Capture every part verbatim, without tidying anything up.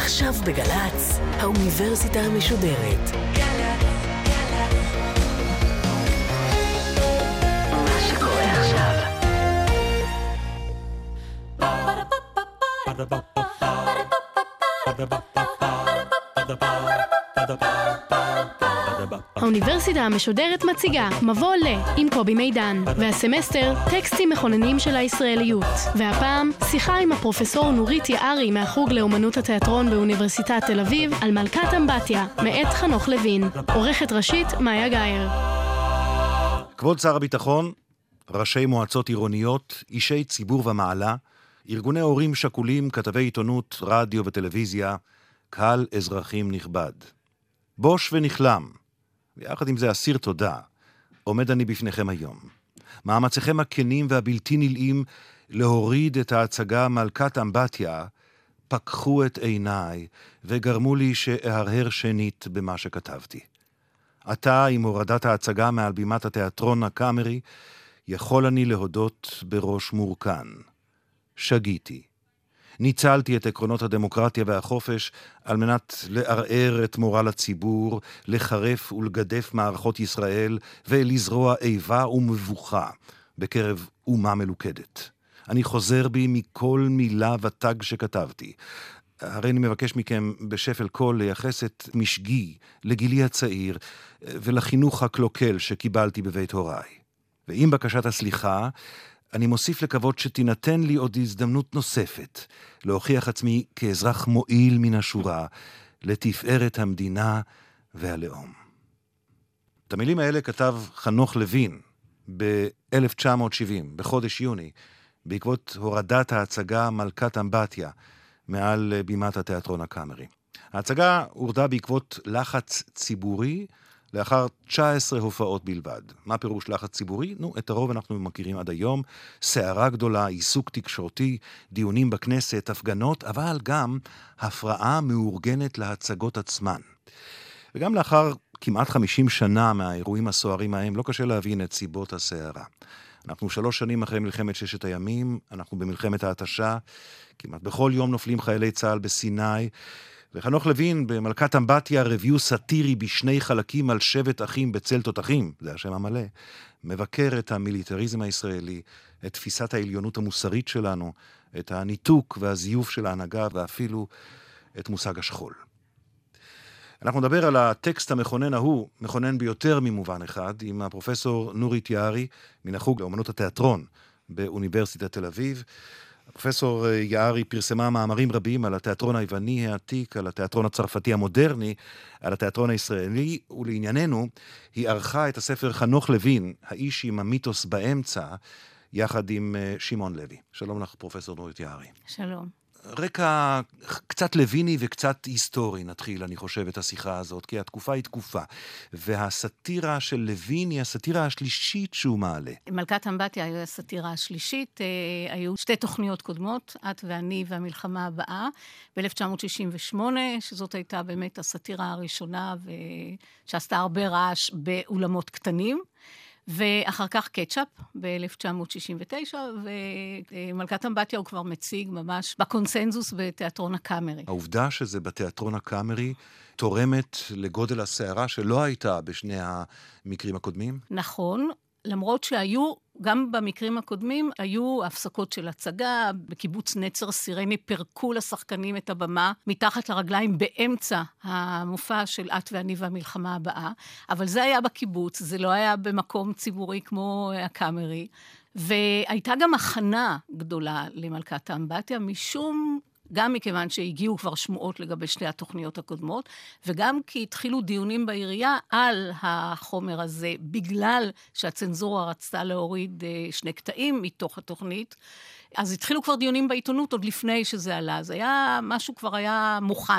עכשיו בגלץ, האוניברסיטה המשודרת. מה שקורה עכשיו. האוניברסיטה המשודרת מציגה מבוא ל עם קובי מידן, והסמסטר טקסטים מכוננים של הישראליות, והפעם שיחה עם הפרופסור נורית יערי מהחוג לאומנות התיאטרון באוניברסיטת תל אביב על מלכת אמבטיה מאת חנוך לוין. עורכת ראשית מאיה גייר. כבוד שר הביטחון, ראשי מועצות עירוניות, אישי ציבור ומעלה, ארגוני הורים שכולים, כתבי עיתונות, רדיו וטלוויזיה, קהל אזרחים נכבד. בוש ונכלם, ויחד עם זה אסיר תודה, עומד אני בפניכם היום. מאמציכם הכנים והבלתי נלאים להוריד את ההצגה מלכת אמבטיה, פקחו את עיניי וגרמו לי שאהרהר שנית במה שכתבתי. עתה, עם הורדת ההצגה מעל בימת התיאטרון הקאמרי, יכול אני להודות בראש מורכן. שגיתי. ניצלתי את עקרונות הדמוקרטיה והחופש על מנת לערער את מורל הציבור, לחרף ולגדף מערכות ישראל ולזרוע איבה ומבוכה בקרב אומה מלוכדת. אני חוזר בי מכל מילה ותג שכתבתי. הרי אני מבקש מכם בשפל קול לייחס את משגי לגילי הצעיר ולחינוך הקלוקל שקיבלתי בבית הוריי. ועם בקשת הסליחה, אני מוסיף לקוות שתינתן לי עוד הזדמנות נוספת להוכיח עצמי כאזרח מועיל מן השורה לתפארת המדינה והלאום. את המילים האלה כתב חנוך לוין ב-אלף תשע מאות שבעים, בחודש יוני, בעקבות הורדת ההצגה מלכת אמבטיה מעל בימת התיאטרון הקאמרי. ההצגה הורדה בעקבות לחץ ציבורי לאחר תשע עשרה הופעות בלבד. מה פירוש לחץ ציבורי? נו, את הרוב אנחנו מכירים עד היום. סערה גדולה, עיסוק תקשורתי, דיונים בכנסת, הפגנות, אבל גם הפרעה מאורגנת להצגות עצמן. וגם לאחר כמעט חמישים שנה מהאירועים הסוערים ההם, לא קשה להבין את סיבות הסערה. אנחנו שלוש שנים אחרי מלחמת ששת הימים, אנחנו במלחמת ההתשה, כמעט בכל יום נופלים חיילי צה"ל בסיני, וחנוך לוין במלכת אמבטיה, רביו סאטירי בשני חלקים על שבט אחים בצל תותחים, זה השם המלא, מבקר את המיליטריזם הישראלי, את תפיסת העליונות המוסרית שלנו, את הניתוק והזיוף של ההנהגה, ואפילו את מושג השכול. אנחנו נדבר על הטקסט המכונן ההוא, מכונן ביותר ממובן אחד, עם הפרופסור נורית יערי, מן החוג לאומנות התיאטרון באוניברסיטת תל אביב. הפרופסור יערי פרסמה מאמרים רבים על התיאטרון היווני העתיק, על התיאטרון הצרפתי המודרני, על התיאטרון הישראלי, ולענייננו היא ערכה את הספר חנוך לוין, האיש עם המיתוס באמצע, יחד עם שמעון לוי. שלום לך, פרופסור נורית יערי. שלום. רקע קצת לויני וקצת היסטורי נתחיל, אני חושב, את השיחה הזאת, כי התקופה היא תקופה, והסטירה של לוין היא הסטירה השלישית שהוא מעלה. מלכת אמבטיה היו הסטירה השלישית, היו שתי תוכניות קודמות, את ואני והמלחמה הבאה, ב-אלף תשע מאות שישים ושמונה, שזאת הייתה באמת הסטירה הראשונה, שעשתה הרבה רעש באולמות קטנים, ואחר כך קטשאפ ב-אלף תשע מאות שישים ותשע, ומלכת אמבטיה הוא כבר מציג ממש בקונסנזוס בתיאטרון הקאמרי. העובדה שזה בתיאטרון הקאמרי תורמת לגודל הסערה שלא הייתה בשני המקרים הקודמים? נכון, למרות שהיו, גם במקרים הקודמים, היו הפסקות של הצגה, בקיבוץ נצר סירני פרקו לשחקנים את הבמה, מתחת לרגליים באמצע המופע של את ואני והמלחמה הבאה, אבל זה היה בקיבוץ, זה לא היה במקום ציבורי כמו הקאמרי, והייתה גם הכנה גדולה למלכת האמבטיה, משום גם מכיוון שהגיעו כבר שמועות לגבי שתי התוכניות הקודמות, וגם כי התחילו דיונים בעירייה על החומר הזה, בגלל שהצנזורה רצתה להוריד שני קטעים מתוך התוכנית, אז התחילו כבר דיונים בעיתונות עוד לפני שזה עלה, אז היה, משהו כבר היה מוכן.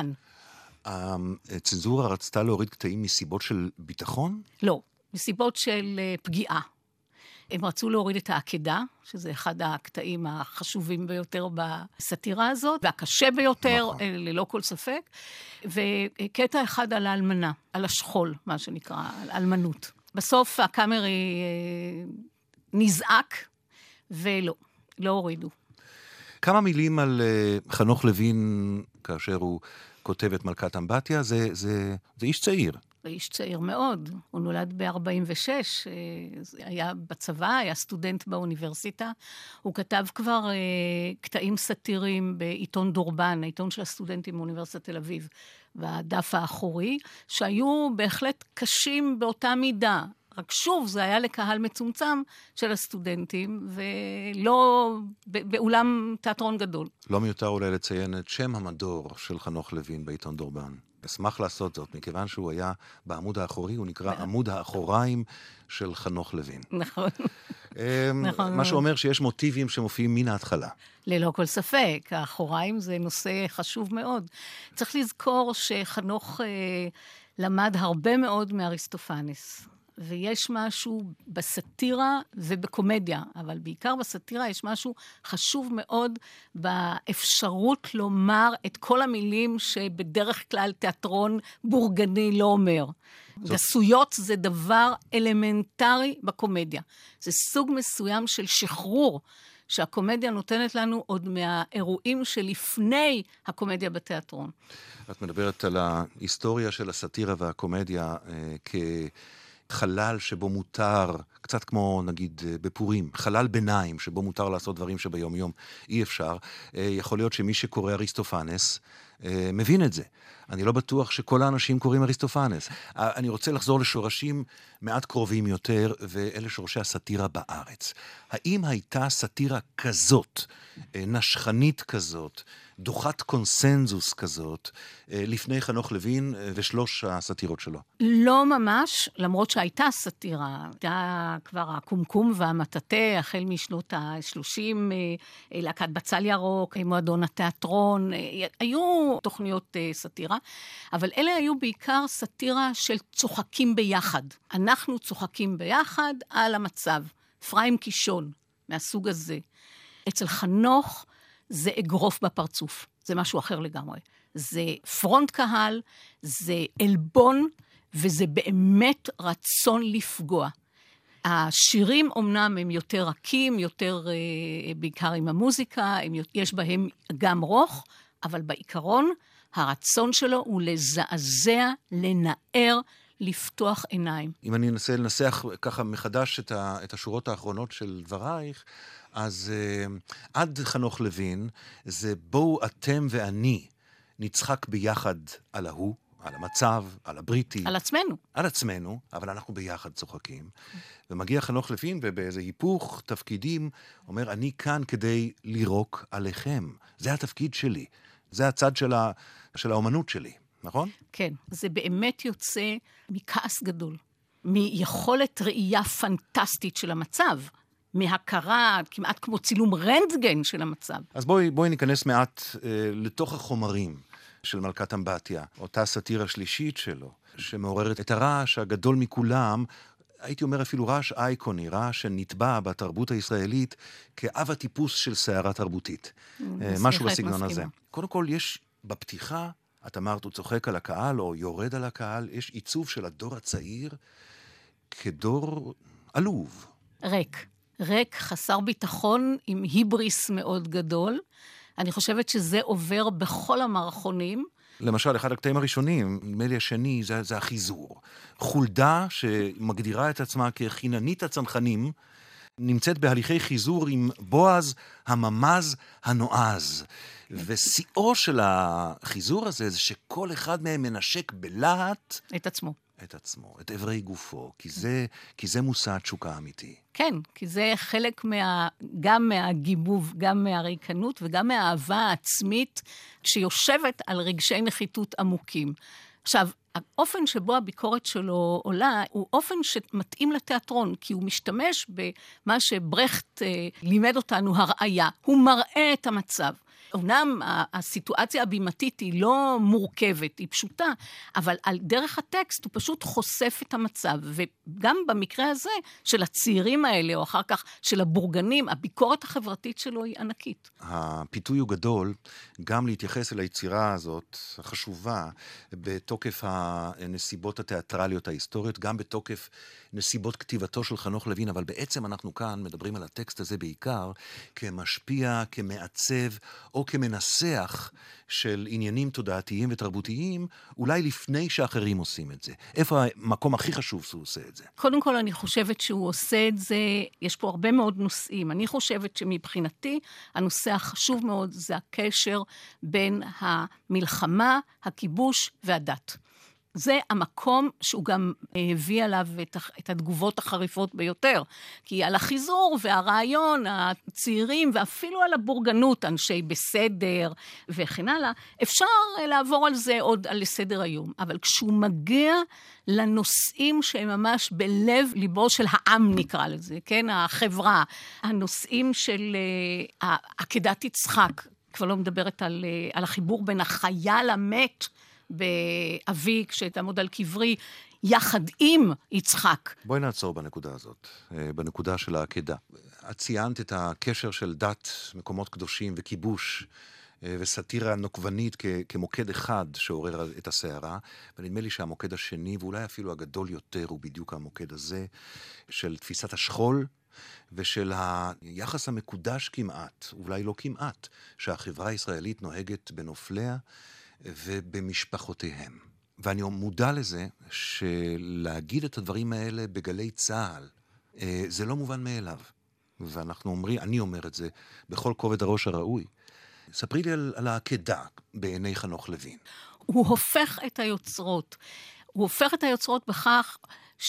הצנזורה רצתה להוריד קטעים מסיבות של ביטחון? לא, מסיבות של פגיעה. הם רצו להוריד את העקדה, שזה אחד הקטעים החשובים ביותר בסטירה הזאת, והקשה ביותר, נכון. ללא כל ספק. וקטע אחד על האלמנה, על השכול, מה שנקרא, על אלמנות. בסוף הקאמרי נזעק, ולא, לא הורידו. כמה מילים על uh, חנוך לוין, כאשר הוא כותב את מלכת אמבטיה, זה, זה, זה איש צעיר. זה איש צעיר מאוד. הוא נולד ב-ארבעים ושש, היה בצבא, היה סטודנט באוניברסיטה. הוא כתב כבר קטעים סאטיריים בעיתון דורבן, העיתון של הסטודנטים באוניברסיטת תל אביב, בדף האחורי, שהיו בהחלט קשים באותה מידה. רק שוב, זה היה לקהל מצומצם של הסטודנטים, ולא באולם תיאטרון גדול. לא מיותר אולי לציין את שם המדור של חנוך לוין בעיתון דורבן. אשמח לעשות זאת, מכיוון שהוא היה בעמוד האחורי, הוא נקרא עמוד האחוריים של חנוך לוין. נכון. מה שאומר שיש מוטיבים שמופיעים מן ההתחלה. ללא כל ספק, האחוריים זה נושא חשוב מאוד. צריך לזכור שחנוך למד הרבה מאוד מאריסטופנס. ויש משהו בסאטירה ובקומדיה, אבל בעיקר בסאטירה יש משהו חשוב מאוד באפשרות לומר את כל המילים שבדרך כלל תיאטרון בורגני לא אומר. זאת... גסויות זה דבר אלמנטרי בקומדיה. זה סוג מסוים של שחרור שהקומדיה נותנת לנו עוד מהאירועים שלפני הקומדיה בתיאטרון. את מדברת על ההיסטוריה של הסאטירה והקומדיה אה, כ... חלל שבו מותר, קצת כמו נגיד בפורים, חלל ביניים שבו מותר לעשות דברים שביום יום אי אפשר. יכול להיות שמי שקורא אריסטופנס מבין את זה. אני לא בטוח שכל האנשים קוראים אריסטופנס. אני רוצה לחזור לשורשים מעט קרובים יותר, ואלה שורשי הסאטירה בארץ. האם הייתה סאטירה כזאת, נשכנית כזאת, דוחת קונסנזוס כזאת, לפני חנוך לוין ושלוש הסאטירות שלו? לא ממש, למרות שהייתה סאטירה. הייתה כבר הקומקום והמטאטה, החל משנות ה-שלושים, להקת בצל ירוק, מועדון התיאטרון, היו תוכניות סאטירה, אבל אלה היו בעיקר סאטירה של צוחקים ביחד. אנחנו צוחקים ביחד על המצב. פריים קישון, מהסוג הזה. אצל חנוך זה אגרוף בפרצוף, זה משהו אחר לגמרי. זה פרונט קהל, זה אלבון, וזה באמת רצון לפגוע. השירים אומנם הם יותר רכים, יותר בעיקר עם המוזיקה, הם, יש בהם גם רוך, אבל בעיקרון הרצון שלו הוא לזעזע, לנער, לפתוח עיניים. אם אני אנסה לנסח ככה מחדש את, ה, את השורות האחרונות של דברייך, אז uh, עד חנוך לוין, זה בואו אתם ואני נצחק ביחד על ההוא, על המצב, על הבריטי. על עצמנו. על עצמנו, אבל אנחנו ביחד צוחקים. ומגיע חנוך לוין, ובאיזה היפוך תפקידים, אומר, אני כאן כדי לירוק עליכם. זה התפקיד שלי. זה הצד של, ה, של האומנות שלי, נכון? כן, זה באמת יוצא מכעס גדול, מיכולת ראייה פנטסטית של המצב, מהכרה, כמעט כמו צילום רנטגן של המצב. אז בואי, בואי ניכנס מעט אה, לתוך החומרים של מלכת אמבטיה, אותה סאטירה שלישית שלו, שמעוררת את הרעש הגדול מכולם, הייתי אומר אפילו רעש אייקוני, רעש שנטבע בתרבות הישראלית כאב הטיפוס של סערה תרבותית. משהו בסגנון הזה. קודם כל, יש בפתיחה, את אמרת, הוא צוחק על הקהל או יורד על הקהל, יש עיצוב של הדור הצעיר כדור עלוב. ריק. ריק, חסר ביטחון, עם היבריס מאוד גדול. אני חושבת שזה עובר בכל המערכונים. למשל, אחד הקטעים הראשונים, נדמה לי השני, זה, זה החיזור. חולדה שמגדירה את עצמה כחיננית הצנחנים, נמצאת בהליכי חיזור עם בועז הממז הנועז. ושיאו של החיזור הזה זה שכל אחד מהם מנשק בלהט את עצמו. את עצמו, את עברי גופו, כי זה, כי זה מושא תשוקה אמיתי. כן, כי זה חלק מה, גם מהגיבוב, גם מהריקנות וגם מהאהבה העצמית שיושבת על רגשי נחיתות עמוקים. עכשיו, האופן שבו הביקורת שלו עולה הוא אופן שמתאים לתיאטרון, כי הוא משתמש במה שברכט אה, לימד אותנו, הראייה. הוא מראה את המצב. אומנם הסיטואציה הבימתית היא לא מורכבת, היא פשוטה, אבל על דרך הטקסט הוא פשוט חושף את המצב, וגם במקרה הזה של הצעירים האלה, או אחר כך של הבורגנים, הביקורת החברתית שלו היא ענקית. הפיתוי הוא גדול, גם להתייחס אל היצירה הזאת, החשובה, בתוקף הנסיבות התיאטרליות ההיסטוריות, גם בתוקף נסיבות כתיבתו של חנוך לוין, אבל בעצם אנחנו כאן מדברים על הטקסט הזה בעיקר, כמשפיע, כמעצב, או כמנסח של עניינים תודעתיים ותרבותיים, אולי לפני שאחרים עושים את זה. איפה המקום הכי חשוב שהוא עושה את זה? קודם כל אני חושבת שהוא עושה את זה, יש פה הרבה מאוד נושאים. אני חושבת שמבחינתי הנושא החשוב מאוד זה הקשר בין המלחמה, הכיבוש והדת. זה המקום שהוא גם הביא עליו את, את התגובות החריפות ביותר. כי על החיזור והרעיון, הצעירים ואפילו על הבורגנות, אנשי בסדר וכן הלאה, אפשר לעבור על זה עוד על סדר היום. אבל כשהוא מגיע לנושאים שהם ממש בלב ליבו של העם נקרא לזה, כן? החברה, הנושאים של uh, עקדת יצחק, כבר לא מדברת על, uh, על החיבור בין החייל המת, באבי, כשתעמוד על קברי, יחד עם יצחק. בואי נעצור בנקודה הזאת, בנקודה של העקדה. את ציינת את הקשר של דת, מקומות קדושים וכיבוש, וסטירה נוקבנית כ- כמוקד אחד שעורר את הסערה, ונדמה לי שהמוקד השני, ואולי אפילו הגדול יותר, הוא בדיוק המוקד הזה, של תפיסת השכול, ושל היחס המקודש כמעט, אולי לא כמעט, שהחברה הישראלית נוהגת בנופליה, ובמשפחותיהם. ואני מודע לזה שלהגיד את הדברים האלה בגלי צהל, זה לא מובן מאליו. ואנחנו אומרים, אני אומר את זה בכל כובד הראש הראוי. ספרי לי על, על העקדה בעיני חנוך לוין. הוא הופך את היוצרות. הוא הופך את היוצרות בכך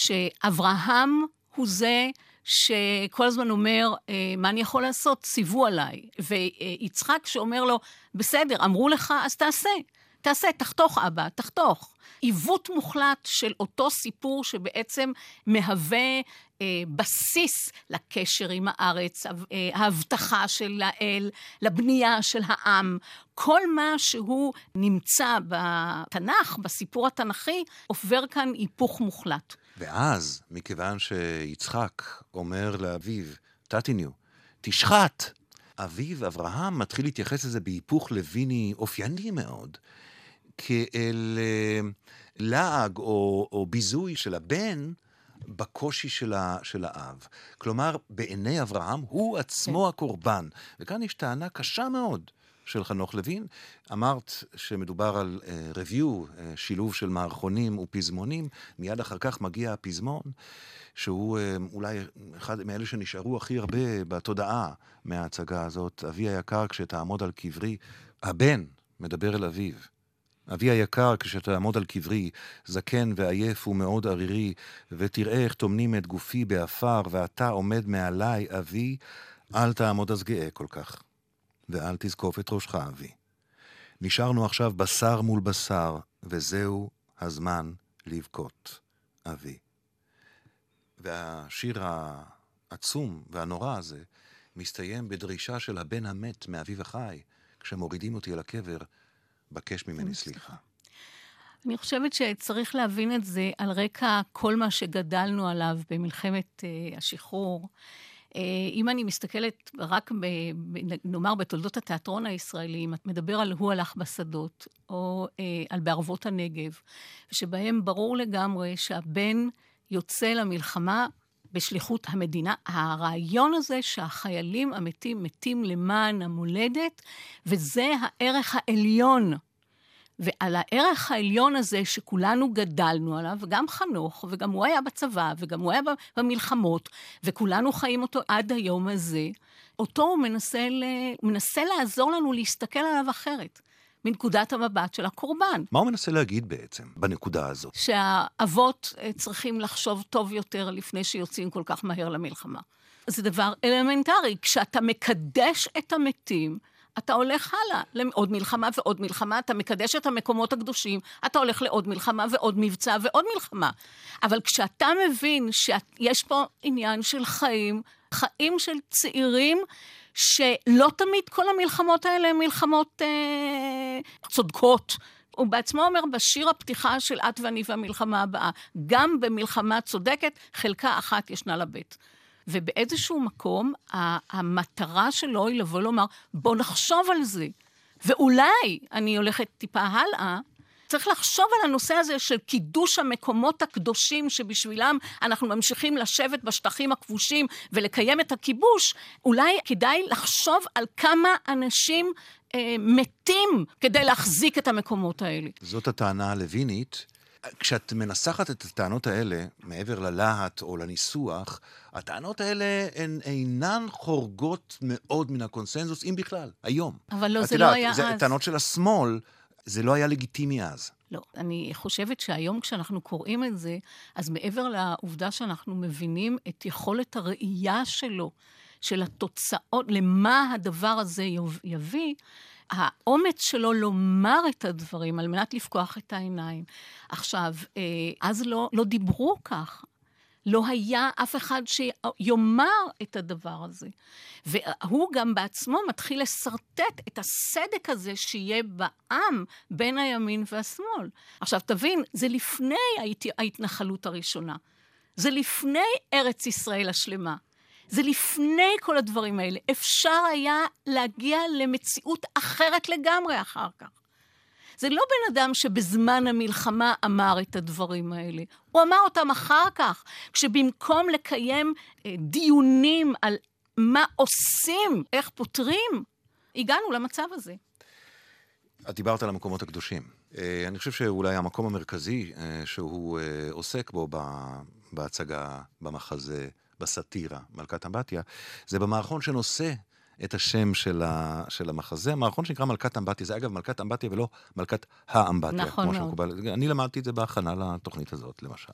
שאברהם הוא זה שכל הזמן אומר, מה אני יכול לעשות? ציוו עליי. ויצחק שאומר לו, בסדר, אמרו לך, אז תעשה. תעשה, תחתוך אבא, תחתוך. עיוות מוחלט של אותו סיפור שבעצם מהווה אה, בסיס לקשר עם הארץ, אה, ההבטחה של האל, לבנייה של העם. כל מה שהוא נמצא בתנ"ך, בסיפור התנ"כי, עובר כאן היפוך מוחלט. ואז, מכיוון שיצחק אומר לאביו, תתיניו, תשחט. אביו אברהם מתחיל להתייחס לזה בהיפוך לויני אופייני מאוד, כאל לעג או, או ביזוי של הבן בקושי של, ה, של האב. כלומר, בעיני אברהם הוא עצמו כן. הקורבן. וכאן יש טענה קשה מאוד של חנוך לוין. אמרת שמדובר על רביו, uh, uh, שילוב של מערכונים ופזמונים. מיד אחר כך מגיע הפזמון, שהוא uh, אולי אחד מאלה שנשארו הכי הרבה בתודעה מההצגה הזאת. אבי היקר כשתעמוד על קברי, הבן מדבר אל אביו. אבי היקר, כשתעמוד על קברי, זקן ועייף ומאוד ערירי, ותראה איך תומנים את גופי באפר, ואתה עומד מעליי, אבי, אל תעמוד אז גאה כל כך, ואל תזקוף את ראשך, אבי. נשארנו עכשיו בשר מול בשר, וזהו הזמן לבכות, אבי. והשיר העצום והנורא הזה, מסתיים בדרישה של הבן המת מאביו החי, כשמורידים אותי אל הקבר, בקש ממני סליחה. אני חושבת שצריך להבין את זה על רקע כל מה שגדלנו עליו במלחמת uh, השחרור. Uh, אם אני מסתכלת רק, ב, ב, נאמר, בתולדות התיאטרון הישראלי, אם את מדבר על הוא הלך בשדות, או uh, על בערבות הנגב, שבהם ברור לגמרי שהבן יוצא למלחמה בשליחות המדינה. הרעיון הזה שהחיילים המתים מתים למען המולדת, וזה הערך העליון. ועל הערך העליון הזה שכולנו גדלנו עליו, וגם חנוך, וגם הוא היה בצבא, וגם הוא היה במלחמות, וכולנו חיים אותו עד היום הזה, אותו הוא מנסה, ל... מנסה לעזור לנו להסתכל עליו אחרת. מנקודת המבט של הקורבן. מה הוא מנסה להגיד בעצם בנקודה הזאת? שהאבות צריכים לחשוב טוב יותר לפני שיוצאים כל כך מהר למלחמה. זה דבר אלמנטרי. כשאתה מקדש את המתים, אתה הולך הלאה לעוד מלחמה ועוד מלחמה, אתה מקדש את המקומות הקדושים, אתה הולך לעוד מלחמה ועוד מבצע ועוד מלחמה. אבל כשאתה מבין שיש פה עניין של חיים, חיים של צעירים, שלא תמיד כל המלחמות האלה הן מלחמות אה, צודקות. הוא בעצמו אומר בשיר הפתיחה של את ואני והמלחמה הבאה, גם במלחמה צודקת, חלקה אחת ישנה לבית. ובאיזשהו מקום, המטרה שלו היא לבוא לומר, בוא נחשוב על זה. ואולי, אני הולכת טיפה הלאה, צריך לחשוב על הנושא הזה של קידוש המקומות הקדושים, שבשבילם אנחנו ממשיכים לשבת בשטחים הכבושים ולקיים את הכיבוש, אולי כדאי לחשוב על כמה אנשים אה, מתים כדי להחזיק את המקומות האלה. זאת הטענה הלווינית. כשאת מנסחת את הטענות האלה, מעבר ללהט או לניסוח, הטענות האלה הן אינן חורגות מאוד מן הקונסנזוס, אם בכלל, היום. אבל לא, זה יודעת, לא היה זה, אז. הטענות של השמאל, זה לא היה לגיטימי אז. לא, אני חושבת שהיום כשאנחנו קוראים את זה, אז מעבר לעובדה שאנחנו מבינים את יכולת הראייה שלו, של התוצאות, למה הדבר הזה יביא, האומץ שלו לומר את הדברים, על מנת לפקוח את העיניים. עכשיו, אז לא, לא דיברו כך. לא היה אף אחד שיומר את הדבר הזה. והוא גם בעצמו מתחיל לסרטט את הסדק הזה שיהיה בעם בין הימין והשמאל. עכשיו תבין, זה לפני ההתנחלות הראשונה. זה לפני ארץ ישראל השלמה. זה לפני כל הדברים האלה. אפשר היה להגיע למציאות אחרת לגמרי אחר כך. זה לא בן אדם שבזמן המלחמה אמר את הדברים האלה. הוא אמר אותם אחר כך, כשבמקום לקיים דיונים על מה עושים, איך פותרים, הגענו למצב הזה. את דיברת על המקומות הקדושים. אני חושב שאולי המקום המרכזי שהוא עוסק בו בהצגה, במחזה, בסטירה, מלכת אמבטיה, זה במערכון שנושא את השם של, ה, של המחזה, המערכון שנקרא מלכת אמבטיה, זה אגב מלכת אמבטיה ולא מלכת האמבטיה. נכון מאוד. שמקובל. אני למדתי את זה בהכנה לתוכנית הזאת, למשל.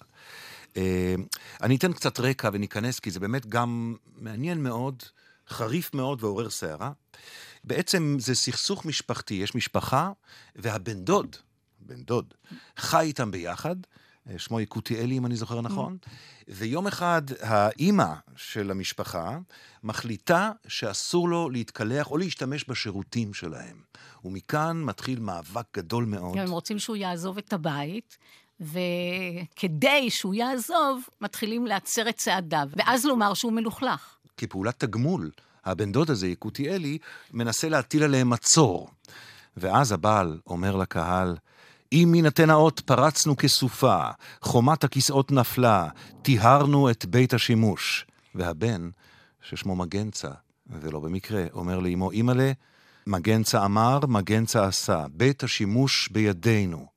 אני אתן קצת רקע וניכנס, כי זה באמת גם מעניין מאוד, חריף מאוד ועורר שערה. בעצם זה סכסוך משפחתי, יש משפחה, והבן דוד, בן דוד, חי איתם ביחד, שמו יקותיאלי, אם אני זוכר נכון, ויום אחד האימא של המשפחה מחליטה שאסור לו להתקלח או להשתמש בשירותים שלהם. ומכאן מתחיל מאבק גדול מאוד. הם רוצים שהוא יעזוב את הבית, וכדי שהוא יעזוב, מתחילים לעצר את צעדיו, ואז לומר שהוא מלוכלך. כפעולת תגמול, הבן דוד הזה, יקותיאלי, מנסה להטיל עליהם מצור. ואז הבעל אומר לקהל, אם מן האות פרצנו כסופה, חומת הכיסאות נפלה, טיהרנו את בית השימוש. והבן, ששמו מגנצה, ולא במקרה, אומר לאמו, אמאלה, מגנצה אמר, מגנצה עשה, בית השימוש בידינו.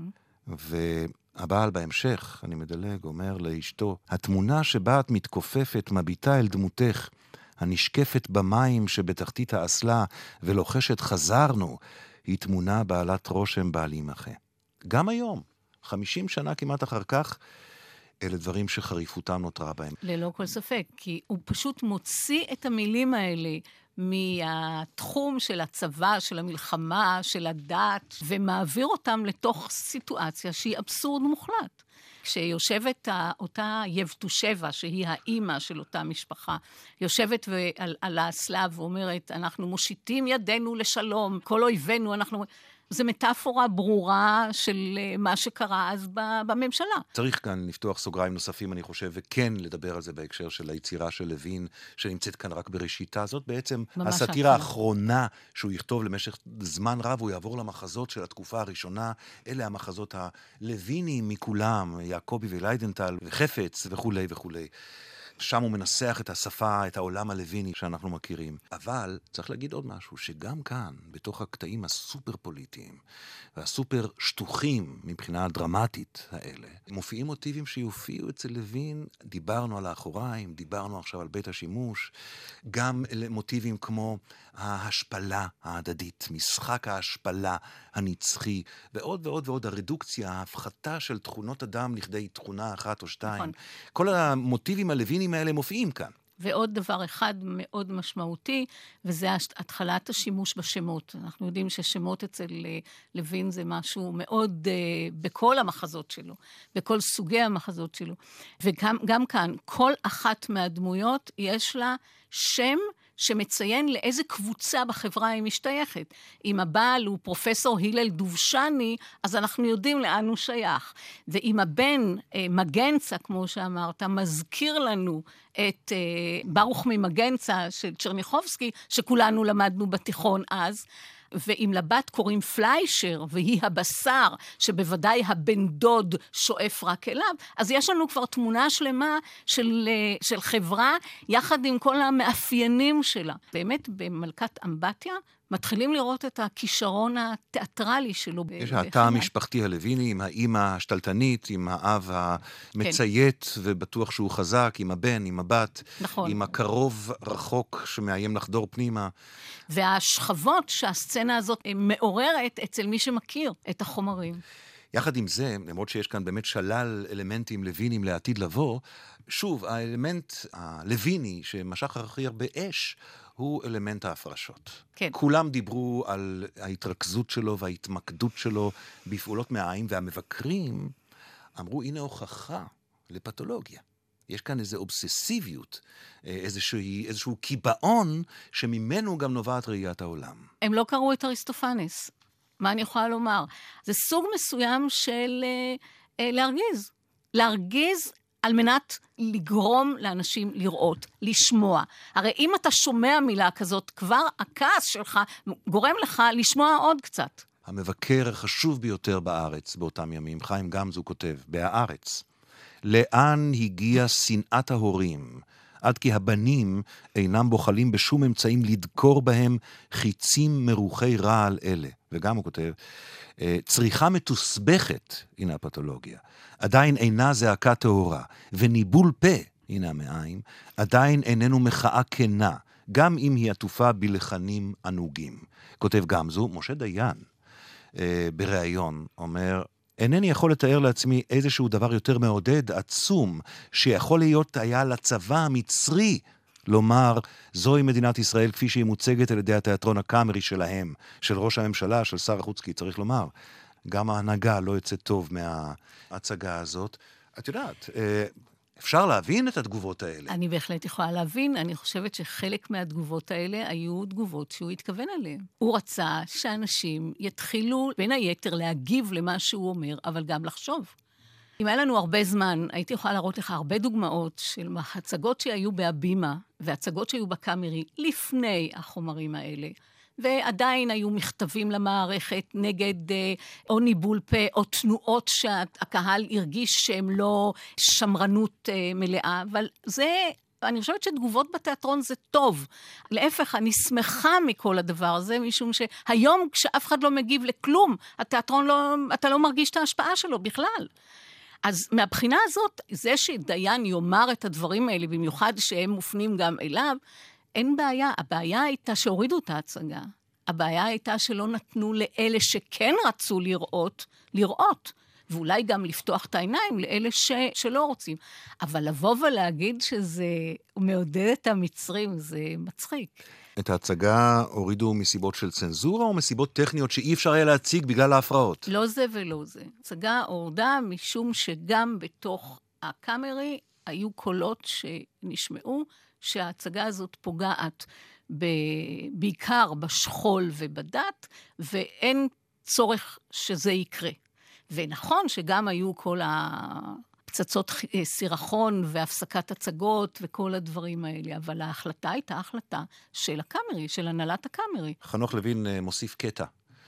והבעל בהמשך, אני מדלג, אומר לאשתו, התמונה שבה את מתכופפת מביטה אל דמותך, הנשקפת במים שבתחתית האסלה, ולוחשת חזרנו, היא תמונה בעלת רושם בעל ימחה. גם היום, חמישים שנה כמעט אחר כך, אלה דברים שחריפותם נותרה בהם. ללא כל ספק, כי הוא פשוט מוציא את המילים האלה מהתחום של הצבא, של המלחמה, של הדת, ומעביר אותם לתוך סיטואציה שהיא אבסורד מוחלט. כשיושבת אותה יבטושבה, שהיא האימא של אותה משפחה, יושבת על, על האסלה ואומרת, אנחנו מושיטים ידינו לשלום, כל אויבינו, אנחנו... זה מטאפורה ברורה של מה שקרה אז בממשלה. צריך כאן לפתוח סוגריים נוספים, אני חושב, וכן לדבר על זה בהקשר של היצירה של לוין, שנמצאת כאן רק בראשיתה. זאת בעצם הסאטירה האחרונה שהוא יכתוב למשך זמן רב, הוא יעבור למחזות של התקופה הראשונה, אלה המחזות הלוויניים מכולם, יעקבי וליידנטל וחפץ וכו' וכו'. שם הוא מנסח את השפה, את העולם הלוויני שאנחנו מכירים. אבל צריך להגיד עוד משהו, שגם כאן, בתוך הקטעים הסופר פוליטיים, והסופר שטוחים מבחינה דרמטית האלה, מופיעים מוטיבים שיופיעו אצל לוין, דיברנו על האחוריים, דיברנו עכשיו על בית השימוש, גם מוטיבים כמו ההשפלה ההדדית, משחק ההשפלה הנצחי, ועוד ועוד ועוד הרדוקציה, ההפחתה של תכונות אדם לכדי תכונה אחת או שתיים. נכון. כל המוטיבים הלוויניים האלה מופיעים כאן. ועוד דבר אחד מאוד משמעותי, וזה התחלת השימוש בשמות. אנחנו יודעים ששמות אצל לוין זה משהו מאוד, בכל המחזות שלו, בכל סוגי המחזות שלו. וגם גם כאן, כל אחת מהדמויות יש לה שם שמציין לאיזה קבוצה בחברה היא משתייכת. אם הבעל הוא פרופסור הלל דובשני, אז אנחנו יודעים לאן הוא שייך. ואם הבן מגנצה, כמו שאמרת, מזכיר לנו את ברוך ממגנצה של צ'רניחובסקי, שכולנו למדנו בתיכון אז, ואם לבת קוראים פליישר, והיא הבשר, שבוודאי הבן דוד שואף רק אליו, אז יש לנו כבר תמונה שלמה של, של חברה, יחד עם כל המאפיינים שלה. באמת, במלכת אמבטיה, מתחילים לראות את הכישרון התיאטרלי שלו. יש התא המשפחתי הלוויני, עם האמא השתלטנית, עם האב המצייט, כן. ובטוח שהוא חזק, עם הבן, עם הבת, נכון. עם הקרוב רחוק שמאיים לחדור פנימה. והשכבות שהסצנה הזאת מעוררת אצל מי שמכיר את החומרים. יחד עם זה, למרות שיש כאן באמת שלל אלמנטים לוינים לעתיד לבוא, שוב, האלמנט הלוויני שמשך הכי הרבה אש, הוא אלמנט ההפרשות. כן. כולם דיברו על ההתרכזות שלו וההתמקדות שלו בפעולות מהעין, והמבקרים אמרו, הנה הוכחה לפתולוגיה. יש כאן איזו אובססיביות, איזשהו, איזשהו קיבעון שממנו גם נובעת ראיית העולם. הם לא קראו את אריסטופנס. מה אני יכולה לומר? זה סוג מסוים של אה, להרגיז. להרגיז על מנת לגרום לאנשים לראות, לשמוע. הרי אם אתה שומע מילה כזאת, כבר הכעס שלך גורם לך לשמוע עוד קצת. המבקר החשוב ביותר בארץ באותם ימים, חיים גמזו כותב, בהארץ, לאן הגיעה שנאת ההורים, עד כי הבנים אינם בוחלים בשום אמצעים לדקור בהם חיצים מרוחי רעל אלה. וגם הוא כותב, צריכה מתוסבכת, הנה הפתולוגיה, עדיין אינה זעקה טהורה, וניבול פה, הנה המעיים, עדיין איננו מחאה כנה, גם אם היא עטופה בלחנים ענוגים. כותב גמזו, משה דיין, בראיון, אומר, אינני יכול לתאר לעצמי איזשהו דבר יותר מעודד, עצום, שיכול להיות היה לצבא המצרי, לומר, זוהי מדינת ישראל כפי שהיא מוצגת על ידי התיאטרון הקאמרי שלהם, של ראש הממשלה, של שר החוץ, כי צריך לומר, גם ההנהגה לא יוצא טוב מההצגה הזאת. את יודעת, אפשר להבין את התגובות האלה. אני בהחלט יכולה להבין, אני חושבת שחלק מהתגובות האלה היו תגובות שהוא התכוון עליהן. הוא רצה שאנשים יתחילו בין היתר להגיב למה שהוא אומר, אבל גם לחשוב. אם היה לנו הרבה זמן, הייתי יכולה להראות לך הרבה דוגמאות של הצגות שהיו בהבימה, והצגות שהיו בקאמרי לפני החומרים האלה. ועדיין היו מכתבים למערכת נגד אה, או ניבול פה, או תנועות שהקהל הרגיש שהם לא שמרנות אה, מלאה, אבל זה, אני חושבת שתגובות בתיאטרון זה טוב. להפך, אני שמחה מכל הדבר הזה, משום שהיום כשאף אחד לא מגיב לכלום, התיאטרון לא, אתה לא מרגיש את ההשפעה שלו בכלל. אז מהבחינה הזאת, זה שדיין יאמר את הדברים האלה, במיוחד שהם מופנים גם אליו, אין בעיה. הבעיה הייתה שהורידו את ההצגה. הבעיה הייתה שלא נתנו לאלה שכן רצו לראות, לראות. ואולי גם לפתוח את העיניים לאלה ש... שלא רוצים. אבל לבוא ולהגיד שזה מעודד את המצרים, זה מצחיק. את ההצגה הורידו מסיבות של צנזורה או מסיבות טכניות שאי אפשר היה להציג בגלל ההפרעות? לא זה ולא זה. הצגה הורדה משום שגם בתוך הקאמרי היו קולות שנשמעו שההצגה הזאת פוגעת ב... בעיקר בשכול ובדת, ואין צורך שזה יקרה. ונכון שגם היו כל הפצצות סירחון והפסקת הצגות וכל הדברים האלה, אבל ההחלטה הייתה החלטה של הקאמרי, של הנהלת הקאמרי. חנוך לוין מוסיף קטע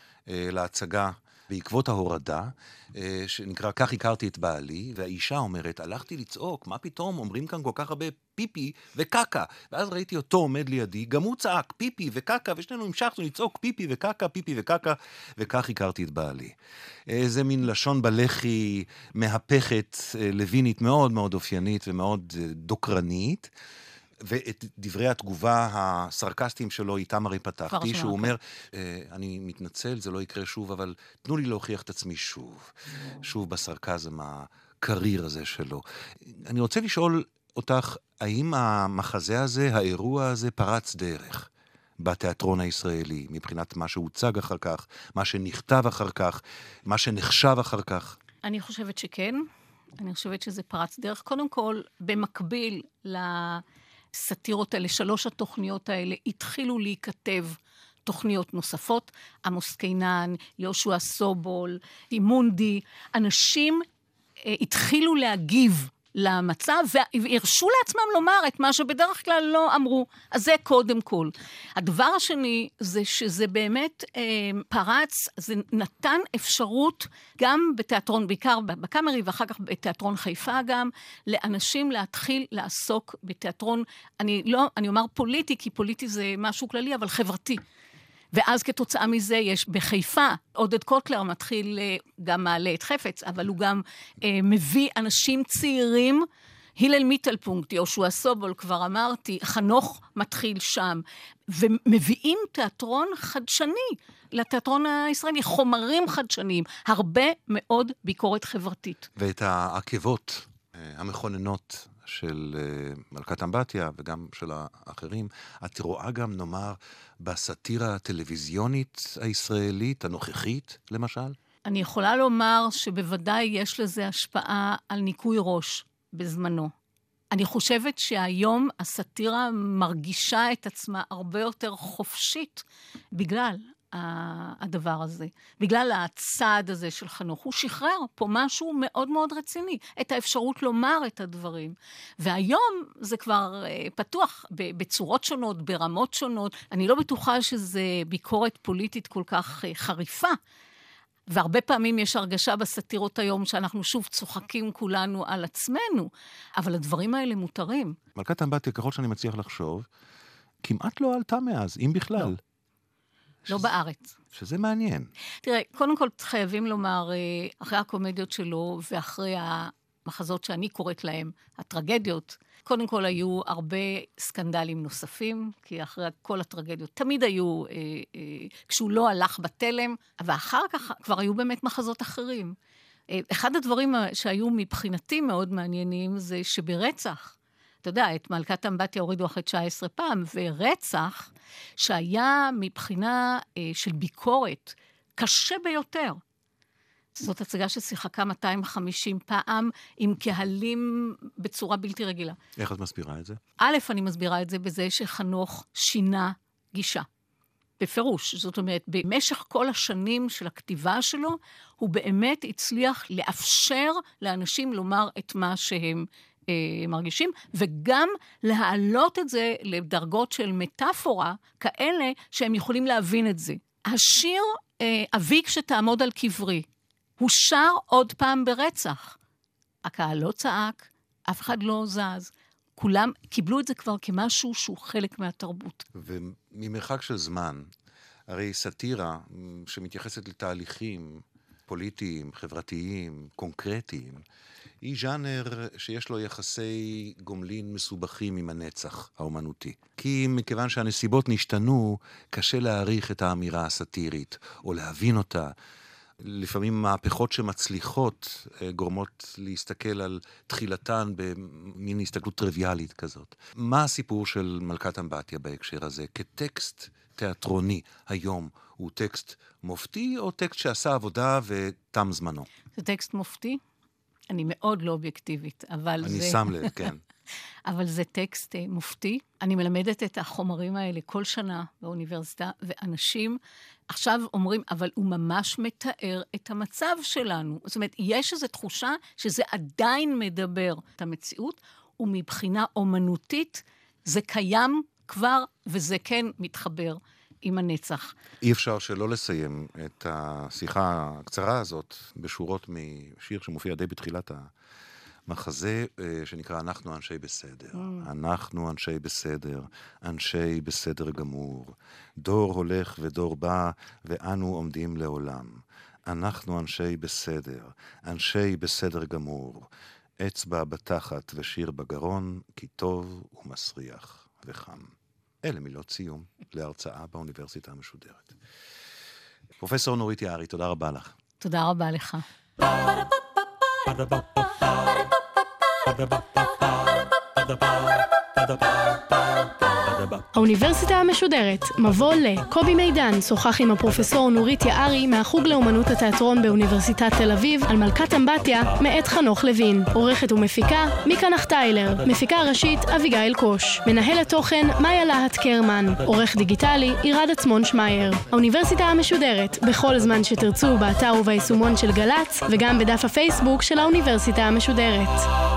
להצגה בעקבות ההורדה, שנקרא כך הכרתי את בעלי, והאישה אומרת, הלכתי לצעוק, מה פתאום אומרים כאן כל כך הרבה פיפי וקקה, ואז ראיתי אותו עומד לידי, גם הוא צעק פיפי וקקה, ושנינו המשכנו לצעוק פיפי וקקה, פיפי וקקה, וכך הכרתי את בעלי. איזה מין לשון בלחי מהפכת לוינית מאוד מאוד אופיינית ומאוד דוקרנית, ואת דברי התגובה הסרקסטיים שלו איתם הרי פתחתי, שהוא אומר, אני מתנצל, זה לא יקרה שוב, אבל תנו לי להוכיח את עצמי שוב, שוב בסרקזם הקריר הזה שלו. אני רוצה לשאול אותך, האם המחזה הזה, האירוע הזה, פרץ דרך בתיאטרון הישראלי, מבחינת מה שהוצג אחר כך, מה שנכתב אחר כך, מה שנחשב אחר כך? אני חושבת שכן. אני חושבת שזה פרץ דרך. קודם כל, במקביל ל... הסטירות האלה, שלוש התוכניות האלה, התחילו להיכתב תוכניות נוספות, עמוס קינן, יהושע סובול, מונדי, אנשים אה, התחילו להגיב למצב, והרשו לעצמם לומר את מה שבדרך כלל לא אמרו. אז זה קודם כל. הדבר השני זה שזה באמת אה, פרץ, זה נתן אפשרות גם בתיאטרון, בעיקר בקאמרי, ואחר כך בתיאטרון חיפה גם, לאנשים להתחיל לעסוק בתיאטרון, אני לא, אני אומר פוליטי, כי פוליטי זה משהו כללי, אבל חברתי. ואז כתוצאה מזה יש בחיפה, עודד קוטלר מתחיל, גם מעלה את חפץ, אבל הוא גם אה, מביא אנשים צעירים, הלל מיטלפונקט, יהושע סובול, כבר אמרתי, חנוך מתחיל שם, ומביאים תיאטרון חדשני לתיאטרון הישראלי, חומרים חדשניים, הרבה מאוד ביקורת חברתית. ואת העקבות המכוננות של מלכת אמבטיה וגם של האחרים, את רואה גם, נאמר, בסאטירה הטלוויזיונית הישראלית, הנוכחית, למשל? אני יכולה לומר שבוודאי יש לזה השפעה על ניקוי ראש בזמנו. אני חושבת שהיום הסאטירה מרגישה את עצמה הרבה יותר חופשית בגלל הדבר הזה, בגלל הצעד הזה של חנוך. הוא שחרר פה משהו מאוד מאוד רציני, את האפשרות לומר את הדברים. והיום זה כבר פתוח בצורות שונות, ברמות שונות. אני לא בטוחה שזה ביקורת פוליטית כל כך חריפה, והרבה פעמים יש הרגשה בסאטירות היום שאנחנו שוב צוחקים כולנו על עצמנו, אבל הדברים האלה מותרים. מלכת אמבטיה, ככל שאני מצליח לחשוב, כמעט לא עלתה מאז, אם בכלל. לא. לא בארץ. שזה מעניין. תראה, קודם כל חייבים לומר, אחרי הקומדיות שלו ואחרי המחזות שאני קוראת להם, הטרגדיות, קודם כל היו הרבה סקנדלים נוספים, כי אחרי כל הטרגדיות תמיד היו, אה, אה, כשהוא לא הלך בתלם, ואחר כך כבר היו באמת מחזות אחרים. אה, אחד הדברים שהיו מבחינתי מאוד מעניינים, זה שברצח, אתה יודע, את מלכת אמבטיה הורידו אחרי תשע עשרה פעם, ורצח שהיה מבחינה אה, של ביקורת קשה ביותר. זאת הצגה ששיחקה מאתיים וחמישים פעם עם קהלים בצורה בלתי רגילה. איך את מסבירה את זה? א', אני מסבירה את זה בזה שחנוך שינה גישה. בפירוש. זאת אומרת, במשך כל השנים של הכתיבה שלו, הוא באמת הצליח לאפשר לאנשים לומר את מה שהם מרגישים, וגם להעלות את זה לדרגות של מטאפורה כאלה שהם יכולים להבין את זה. השיר אביק שתעמוד על קברי, הוא שר עוד פעם ברצח. הקהל לא צעק, אף אחד לא זז. כולם קיבלו את זה כבר כמשהו שהוא חלק מהתרבות. וממרחק של זמן, הרי סאטירה שמתייחסת לתהליכים פוליטיים, חברתיים, קונקרטיים, היא ז'אנר שיש לו יחסי גומלין מסובכים עם הנצח האומנותי. כי מכיוון שהנסיבות נשתנו, קשה להעריך את האמירה הסאטירית, או להבין אותה. לפעמים מהפכות שמצליחות גורמות להסתכל על תחילתן במין הסתכלות טריוויאלית כזאת. מה הסיפור של מלכת אמבטיה בהקשר הזה? כטקסט תיאטרוני היום, הוא טקסט מופתי או טקסט שעשה עבודה ותם זמנו? זה טקסט מופתי. אני מאוד לא אובייקטיבית, אבל אני זה... אני שם לב, כן. אבל זה טקסט uh, מופתי. אני מלמדת את החומרים האלה כל שנה באוניברסיטה, ואנשים עכשיו אומרים, אבל הוא ממש מתאר את המצב שלנו. זאת אומרת, יש איזו תחושה שזה עדיין מדבר את המציאות, ומבחינה אומנותית זה קיים כבר, וזה כן מתחבר עם הנצח. אי אפשר שלא לסיים את השיחה הקצרה הזאת בשורות משיר שמופיע די בתחילת המחזה, שנקרא אנחנו אנשי בסדר. Mm. אנחנו אנשי בסדר, אנשי בסדר גמור. דור הולך ודור בא, ואנו עומדים לעולם. אנחנו אנשי בסדר, אנשי בסדר גמור. אצבע בתחת ושיר בגרון, כי טוב ומסריח וחם. אלה מילות סיום להרצאה באוניברסיטה המשודרת. פרופסור נורית יערי, תודה רבה לך. תודה רבה לך. הבא. האוניברסיטה המשודרת, מבוא ל. קובי מידן שוחח עם הפרופסור נורית יערי מהחוג לאומנות התיאטרון באוניברסיטת תל אביב על מלכת אמבטיה מאת חנוך לוין. עורכת ומפיקה מיקה נחטיילר. מפיקה ראשית אביגיל קוש. מנהל התוכן מאיה להט קרמן. עורך דיגיטלי עירד עצמון שמייר. האוניברסיטה המשודרת, בכל זמן שתרצו באתר וביישומון של גל"צ וגם בדף הפייסבוק של האוניברסיטה המשודרת.